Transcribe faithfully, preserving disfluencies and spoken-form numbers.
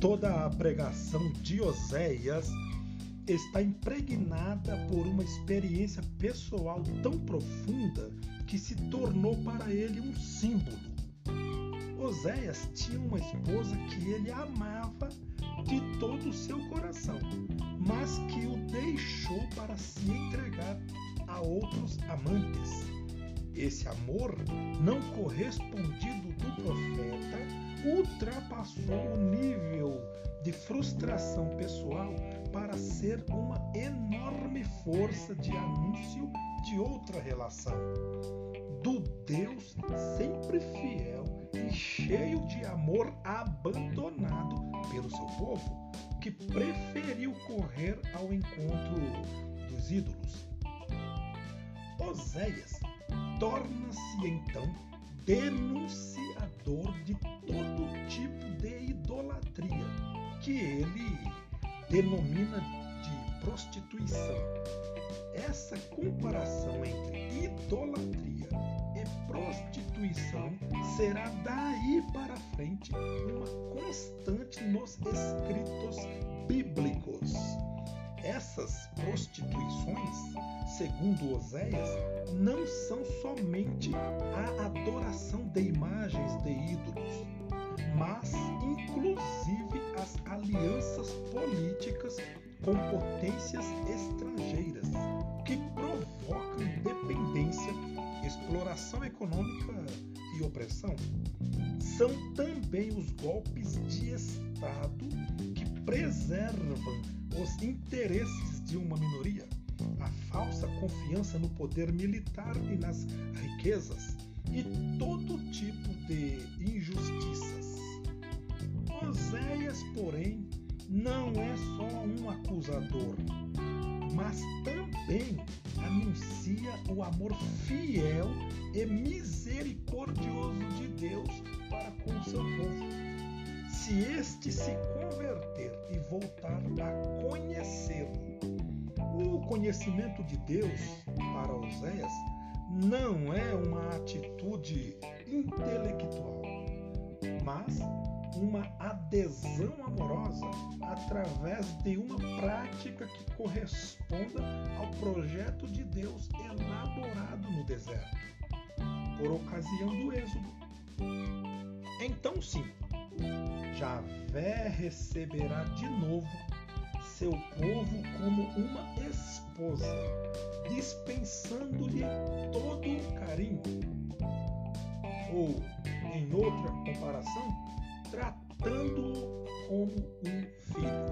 Toda a pregação de Oséias está impregnada por uma experiência pessoal tão profunda que se tornou para ele um símbolo. Oséias tinha uma esposa que ele amava de todo o seu coração, mas que o deixou para se entregar a outros amantes. Esse amor não correspondido do profeta ultrapassou o nível de frustração pessoal para ser uma enorme força de anúncio de outra relação, do Deus sempre fiel e cheio de amor abandonado pelo seu povo, que preferiu correr ao encontro dos ídolos. Oséias torna-se então denunciador de todo tipo de idolatria, que ele denomina de prostituição. Essa comparação entre idolatria e prostituição será daí para frente uma constante nos escritos bíblicos. Essas prostituições, segundo Oséias, não são somente a adoração de imagens de ídolos, mas inclusive as alianças políticas com potências estrangeiras, que provocam dependência, exploração econômica e opressão. São também os golpes de Estado que preservam os interesses de uma minoria, a falsa confiança no poder militar e nas riquezas, e todo tipo de injustiças. Oséias, porém, não é só um acusador, mas também anuncia o amor fiel e misericordioso de Deus para com o seu povo. Se este se converter e voltar a conhecê-lo, o conhecimento de Deus para Oséias não é uma atitude intelectual, mas uma adesão amorosa através de uma prática que corresponda ao projeto de Deus elaborado no deserto, por ocasião do Êxodo. Então sim, Javé receberá de novo seu povo como uma esposa, dispensando-lhe todo o carinho. Ou, em outra comparação, tratando-o como um filho.